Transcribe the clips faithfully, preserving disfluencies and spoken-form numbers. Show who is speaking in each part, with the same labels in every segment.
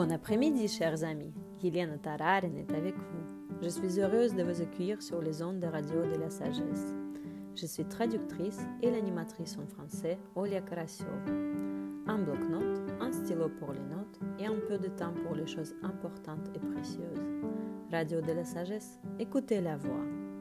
Speaker 1: Bon après-midi, chers amis. Yelena Tararen est avec vous. Je suis heureuse de vous accueillir sur les ondes de Radio de la Sagesse. Je suis traductrice et l'animatrice en français Olia Karasiova. Un bloc-notes, un stylo pour les notes et un peu de temps pour les choses importantes et précieuses. Radio de la Sagesse, écoutez la voix.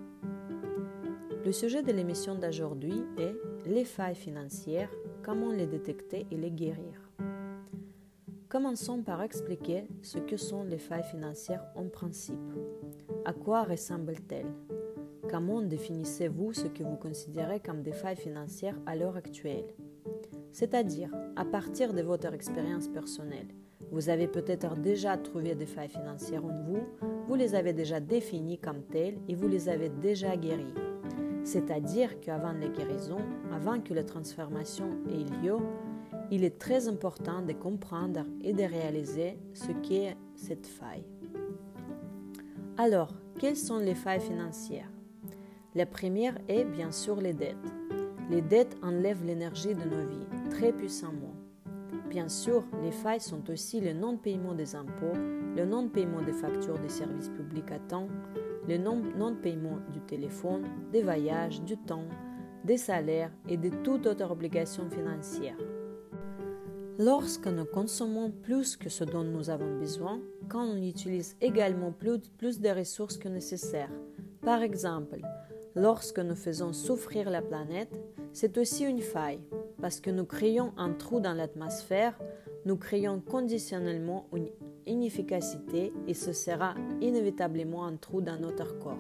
Speaker 1: Le sujet de l'émission d'aujourd'hui est les failles financières, comment les détecter et les guérir. Commençons par expliquer ce que sont les failles financières en principe. À quoi ressemblent-elles? Comment définissez-vous ce que vous considérez comme des failles financières à l'heure actuelle? C'est-à-dire, à partir de votre expérience personnelle, vous avez peut-être déjà trouvé des failles financières en vous, vous les avez déjà définies comme telles et vous les avez déjà guéries. C'est-à-dire qu'avant les guérisons, avant que la transformation ait lieu, il est très important de comprendre et de réaliser ce qu'est cette faille. Alors, quelles sont les failles financières? La première est bien sûr les dettes. Les dettes enlèvent l'énergie de nos vies très puissamment. Bien sûr, les failles sont aussi le non-paiement des impôts, le non-paiement des factures des services publics à temps, le non-paiement du téléphone, des voyages, du temps, des salaires et de toute autre obligation financière. Lorsque nous consommons plus que ce dont nous avons besoin, quand on utilise également plus, plus de ressources que nécessaire, par exemple, lorsque nous faisons souffrir la planète, c'est aussi une faille, parce que nous créons un trou dans l'atmosphère, nous créons conditionnellement une inefficacité et ce sera inévitablement un trou dans notre corps.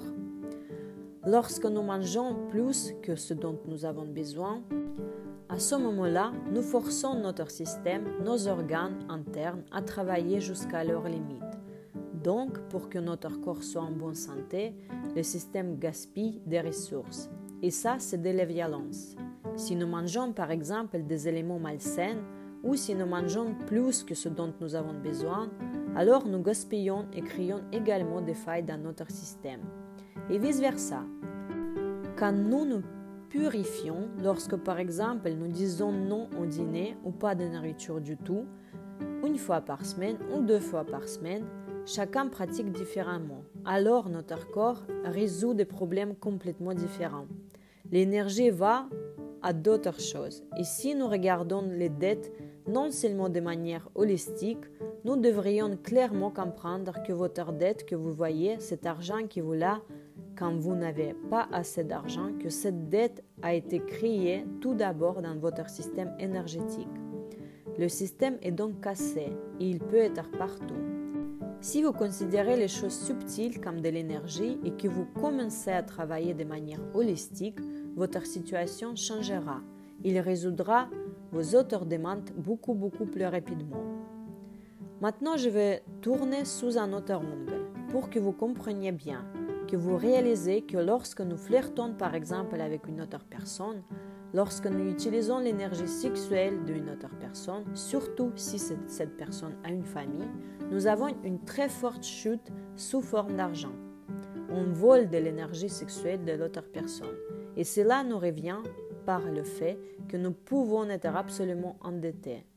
Speaker 1: Lorsque nous mangeons plus que ce dont nous avons besoin, à ce moment-là, nous forçons notre système, nos organes internes à travailler jusqu'à leur limite. Donc, pour que notre corps soit en bonne santé, le système gaspille des ressources. Et ça, c'est de la violence. Si nous mangeons par exemple des éléments malsains ou si nous mangeons plus que ce dont nous avons besoin, alors nous gaspillons et créons également des failles dans notre système. Et vice-versa. Quand nous nous purifions, lorsque par exemple nous disons non au dîner ou pas de nourriture du tout, une fois par semaine ou deux fois par semaine, chacun pratique différemment. Alors notre corps résout des problèmes complètement différents. L'énergie va à d'autres choses. Et si nous regardons les dettes non seulement de manière holistique, nous devrions clairement comprendre que votre dette que vous voyez, cet argent qui vous l'a, quand vous n'avez pas assez d'argent, que cette dette a été créée tout d'abord dans votre système énergétique. Le système est donc cassé et il peut être partout. Si vous considérez les choses subtiles comme de l'énergie et que vous commencez à travailler de manière holistique, votre situation changera. Il résoudra vos autres demandes beaucoup beaucoup plus rapidement. Maintenant, je vais tourner sous un autre angle pour que vous compreniez bien, que vous réalisez que lorsque nous flirtons par exemple avec une autre personne, lorsque nous utilisons l'énergie sexuelle d'une autre personne, surtout si cette personne a une famille, nous avons une très forte chute sous forme d'argent. On vole de l'énergie sexuelle de l'autre personne. Et cela nous revient par le fait que nous pouvons être absolument endettés.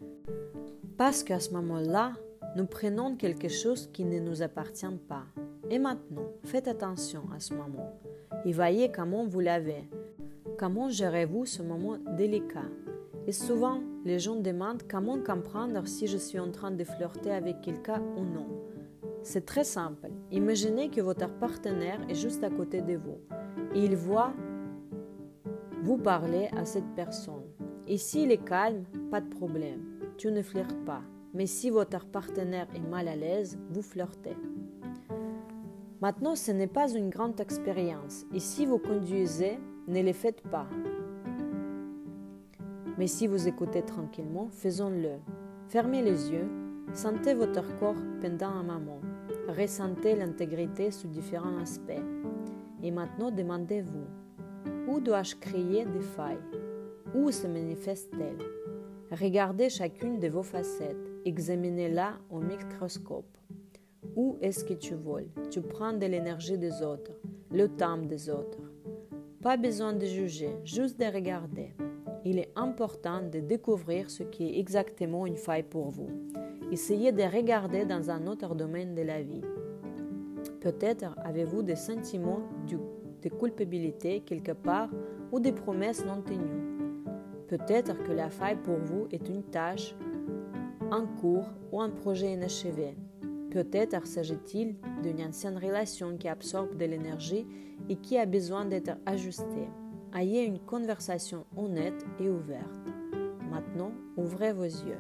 Speaker 1: Parce qu'à ce moment-là, nous prenons quelque chose qui ne nous appartient pas. Et maintenant, faites attention à ce moment et voyez comment vous l'avez. Comment gérez-vous ce moment délicat? Et souvent, les gens demandent comment comprendre si je suis en train de flirter avec quelqu'un ou non. C'est très simple. Imaginez que votre partenaire est juste à côté de vous et il voit vous parler à cette personne. Et s'il est calme, pas de problème, tu ne flirtes pas. Mais si votre partenaire est mal à l'aise, vous flirtez. Maintenant, ce n'est pas une grande expérience et si vous conduisez, ne le faites pas. Mais si vous écoutez tranquillement, faisons-le. Fermez les yeux, sentez votre corps pendant un moment, ressentez l'intégrité sous différents aspects. Et maintenant, demandez-vous, où dois-je créer des failles? Où se manifestent-elles? Regardez chacune de vos facettes, examinez-la au microscope. Où est-ce que tu voles? Tu prends de l'énergie des autres, le temps des autres. Pas besoin de juger, juste de regarder. il est important de découvrir ce qui est exactement une faille pour vous. Essayez de regarder dans un autre domaine de la vie. Peut-être avez-vous des sentiments de culpabilité quelque part ou des promesses non tenues. Peut-être que la faille pour vous est une tâche en cours ou un projet inachevé. Peut-être s'agit-il d'une ancienne relation qui absorbe de l'énergie et qui a besoin d'être ajustée. Ayez une conversation honnête et ouverte. Maintenant, ouvrez vos yeux.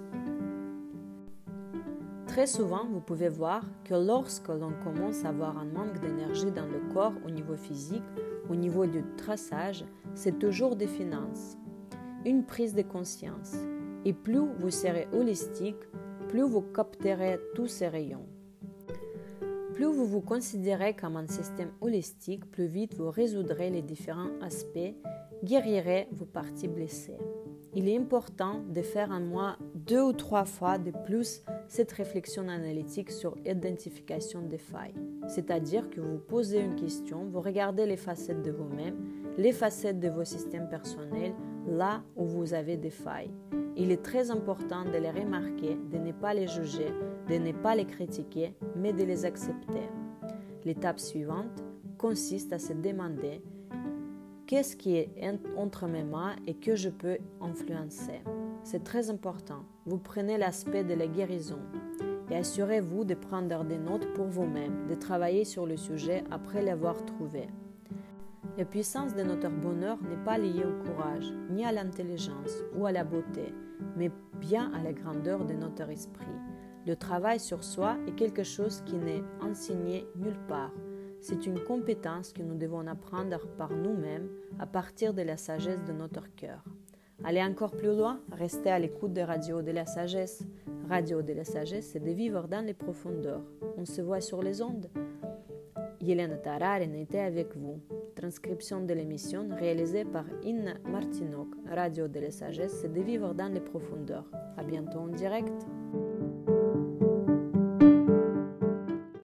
Speaker 1: Très souvent, vous pouvez voir que lorsque l'on commence à avoir un manque d'énergie dans le corps au niveau physique, au niveau du traçage, c'est toujours des finances. Une prise de conscience. Et plus vous serez holistique, plus vous capterez tous ces rayons. Plus vous vous considérez comme un système holistique, plus vite vous résoudrez les différents aspects, guérirez vos parties blessées. Il est important de faire en mois deux ou trois fois de plus cette réflexion analytique sur l'identification des failles. C'est-à-dire que vous posez une question, vous regardez les facettes de vous-même, les facettes de vos systèmes personnels, là où vous avez des failles. Il est très important de les remarquer, de ne pas les juger, de ne pas les critiquer, mais de les accepter. L'étape suivante consiste à se demander qu'est-ce qui est entre mes mains et que je peux influencer. C'est très important. Vous prenez l'aspect de la guérison et assurez-vous de prendre des notes pour vous-même, de travailler sur le sujet après l'avoir trouvé. La puissance de notre bonheur n'est pas liée au courage, ni à l'intelligence ou à la beauté, mais bien à la grandeur de notre esprit. Le travail sur soi est quelque chose qui n'est enseigné nulle part. C'est une compétence que nous devons apprendre par nous-mêmes à partir de la sagesse de notre cœur. Allez encore plus loin, restez à l'écoute de Radio de la Sagesse. Radio de la Sagesse, c'est de vivre dans les profondeurs. On se voit sur les ondes. Yelena Tararin était avec vous. Transcription de l'émission réalisée par Inna Martinok. Radio de la Sagesse, c'est de vivre dans les profondeurs. À bientôt en direct.